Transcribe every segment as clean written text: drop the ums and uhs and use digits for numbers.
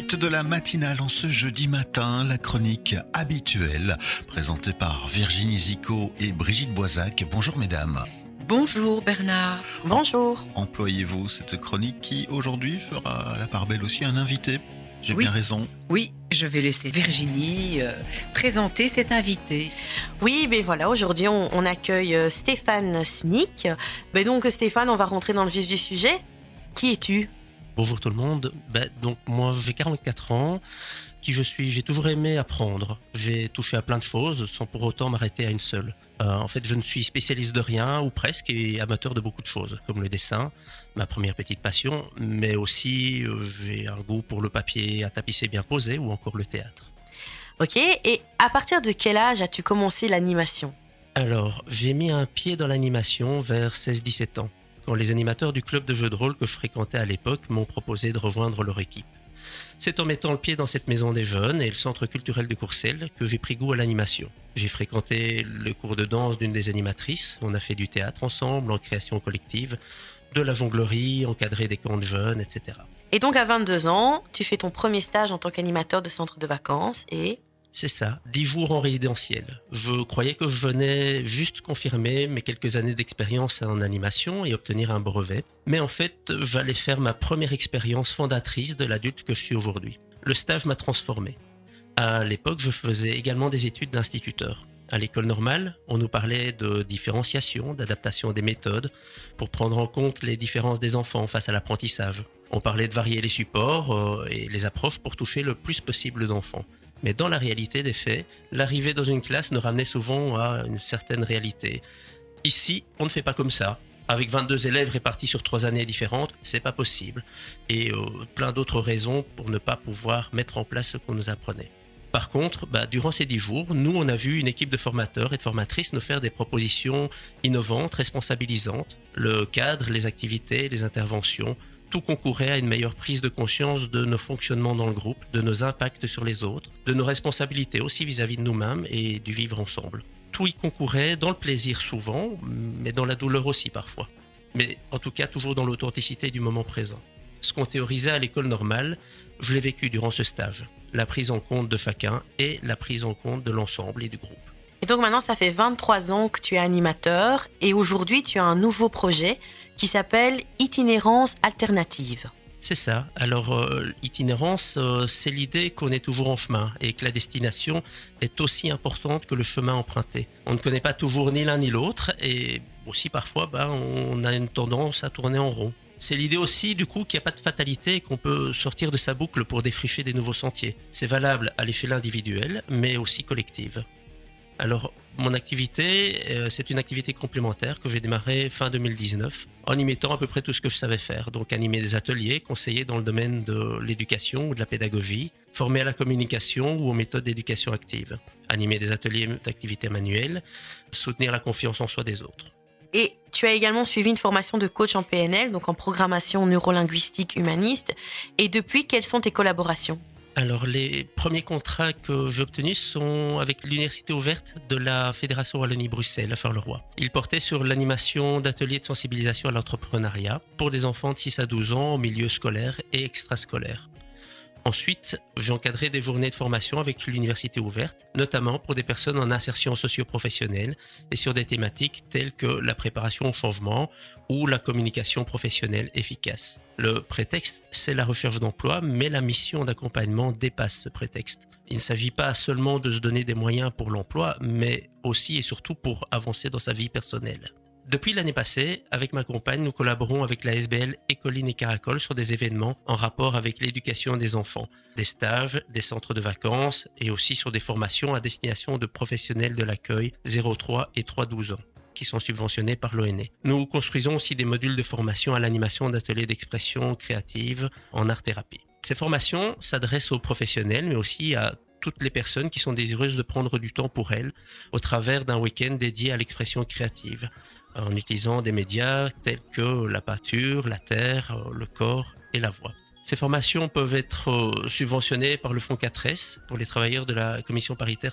suite de la matinale en ce jeudi matin, la chronique habituelle, présentée par Virginie Zicot et Brigitte Boisac. Bonjour mesdames. Bonjour Bernard. Bonjour. Employez-vous cette chronique qui aujourd'hui fera la part belle aussi à un invité. J'ai Oui. bien raison. Oui, je vais laisser Virginie présenter cet invité. Oui, ben voilà, aujourd'hui on accueille Stéphane Snick. Donc Stéphane, on va rentrer dans le vif du sujet. Qui es-tu ? Bonjour tout le monde. Donc moi j'ai 44 ans. Qui je suis ? J'ai toujours aimé apprendre. J'ai touché à plein de choses sans pour autant m'arrêter à une seule. En fait, je ne suis spécialiste de rien, ou presque, et amateur de beaucoup de choses, comme le dessin, ma première petite passion, mais aussi j'ai un goût pour le papier à tapisser bien posé, ou encore le théâtre. Ok, et à partir de quel âge as-tu commencé l'animation ? Alors, j'ai mis un pied dans l'animation vers 16-17 ans, quand les animateurs du club de jeux de rôle que je fréquentais à l'époque m'ont proposé de rejoindre leur équipe. C'est en mettant le pied dans cette maison des jeunes et le centre culturel de Courcelles que j'ai pris goût à l'animation. J'ai fréquenté le cours de danse d'une des animatrices, on a fait du théâtre ensemble, en création collective, de la jonglerie, encadré des camps de jeunes, etc. Et donc à 22 ans, tu fais ton premier stage en tant qu'animateur de centre de vacances et... C'est ça, 10 jours en résidentiel. Je croyais que je venais juste confirmer mes quelques années d'expérience en animation et obtenir un brevet. Mais en fait, j'allais faire ma première expérience fondatrice de l'adulte que je suis aujourd'hui. Le stage m'a transformé. À l'époque, je faisais également des études d'instituteur. À l'école normale, on nous parlait de différenciation, d'adaptation des méthodes, pour prendre en compte les différences des enfants face à l'apprentissage. On parlait de varier les supports et les approches pour toucher le plus possible d'enfants. Mais dans la réalité des faits, l'arrivée dans une classe nous ramenait souvent à une certaine réalité. Ici, on ne fait pas comme ça. Avec 22 élèves répartis sur 3 années différentes, c'est pas possible. Et plein d'autres raisons pour ne pas pouvoir mettre en place ce qu'on nous apprenait. Par contre, durant ces 10 jours, nous, on a vu une équipe de formateurs et de formatrices nous faire des propositions innovantes, responsabilisantes. Le cadre, les activités, les interventions, tout concourait à une meilleure prise de conscience de nos fonctionnements dans le groupe, de nos impacts sur les autres, de nos responsabilités aussi vis-à-vis de nous-mêmes et du vivre ensemble. Tout y concourait dans le plaisir souvent, mais dans la douleur aussi parfois. Mais en tout cas, toujours dans l'authenticité du moment présent. Ce qu'on théorisait à l'école normale, je l'ai vécu durant ce stage. La prise en compte de chacun et la prise en compte de l'ensemble et du groupe. Et donc maintenant, ça fait 23 ans que tu es animateur et aujourd'hui, tu as un nouveau projet qui s'appelle Itinérance alternative. C'est ça. Alors, itinérance, c'est l'idée qu'on est toujours en chemin et que la destination est aussi importante que le chemin emprunté. On ne connaît pas toujours ni l'un ni l'autre et aussi parfois, on a une tendance à tourner en rond. C'est l'idée aussi, du coup, qu'il n'y a pas de fatalité et qu'on peut sortir de sa boucle pour défricher des nouveaux sentiers. C'est valable à l'échelle individuelle, mais aussi collective. Alors, mon activité, c'est une activité complémentaire que j'ai démarrée fin 2019 en y mettant à peu près tout ce que je savais faire. Donc, animer des ateliers, conseiller dans le domaine de l'éducation ou de la pédagogie, former à la communication ou aux méthodes d'éducation active, animer des ateliers d'activités manuelles, soutenir la confiance en soi des autres. Et tu as également suivi une formation de coach en PNL, donc en programmation neurolinguistique humaniste. Et depuis, quelles sont tes collaborations ? Alors, les premiers contrats que j'ai obtenus sont avec l'Université ouverte de la Fédération Wallonie-Bruxelles à Charleroi. Ils portaient sur l'animation d'ateliers de sensibilisation à l'entrepreneuriat pour des enfants de 6 à 12 ans au milieu scolaire et extrascolaire. Ensuite, j'ai encadré des journées de formation avec l'Université ouverte, notamment pour des personnes en insertion socio-professionnelle et sur des thématiques telles que la préparation au changement ou la communication professionnelle efficace. Le prétexte, c'est la recherche d'emploi, mais la mission d'accompagnement dépasse ce prétexte. Il ne s'agit pas seulement de se donner des moyens pour l'emploi, mais aussi et surtout pour avancer dans sa vie personnelle. Depuis l'année passée, avec ma compagne, nous collaborons avec la SBL Écoline et Caracol sur des événements en rapport avec l'éducation des enfants, des stages, des centres de vacances et aussi sur des formations à destination de professionnels de l'accueil 0-3 et 3-12 ans qui sont subventionnés par l'ONE. Nous construisons aussi des modules de formation à l'animation d'ateliers d'expression créative en art-thérapie. Ces formations s'adressent aux professionnels mais aussi à toutes les personnes qui sont désireuses de prendre du temps pour elles au travers d'un week-end dédié à l'expression créative, en utilisant des médias tels que la peinture, la terre, le corps et la voix. Ces formations peuvent être subventionnées par le Fonds 4S pour les travailleurs de la Commission paritaire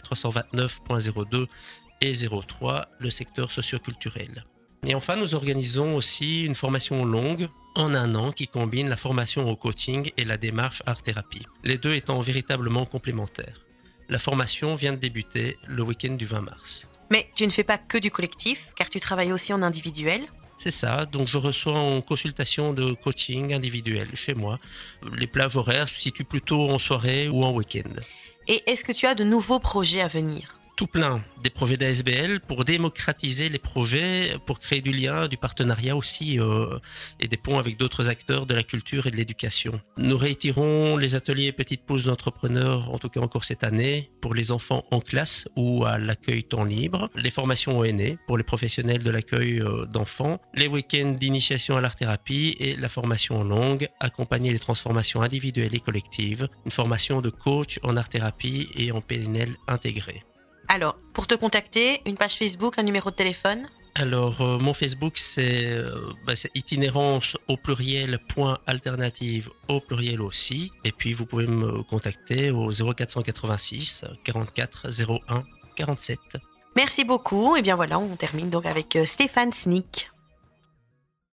329.02 et 03, le secteur socio-culturel. Et enfin, nous organisons aussi une formation longue en un an qui combine la formation au coaching et la démarche art-thérapie, les deux étant véritablement complémentaires. La formation vient de débuter le week-end du 20 mars. Mais tu ne fais pas que du collectif, car tu travailles aussi en individuel. C'est ça, donc je reçois en consultation de coaching individuel chez moi. Les plages horaires se situent plutôt en soirée ou en week-end. Et est-ce que tu as de nouveaux projets à venir ? Tout plein, des projets d'ASBL pour démocratiser les projets, pour créer du lien, du partenariat aussi et des ponts avec d'autres acteurs de la culture et de l'éducation. Nous réitélerons les ateliers petites pauses d'entrepreneurs, en tout cas encore cette année, pour les enfants en classe ou à l'accueil temps libre, les formations aux aînés pour les professionnels de l'accueil d'enfants, les week-ends d'initiation à l'art-thérapie et la formation en langue, accompagner les transformations individuelles et collectives, une formation de coach en art-thérapie et en PNL intégré. Alors, pour te contacter, une page Facebook, un numéro de téléphone ? Alors, mon Facebook, c'est itinérance au pluriel, point alternative au pluriel aussi. Et puis, vous pouvez me contacter au 0486 44 01 47. Merci beaucoup. Et bien voilà, on termine donc avec Stéphane Snick.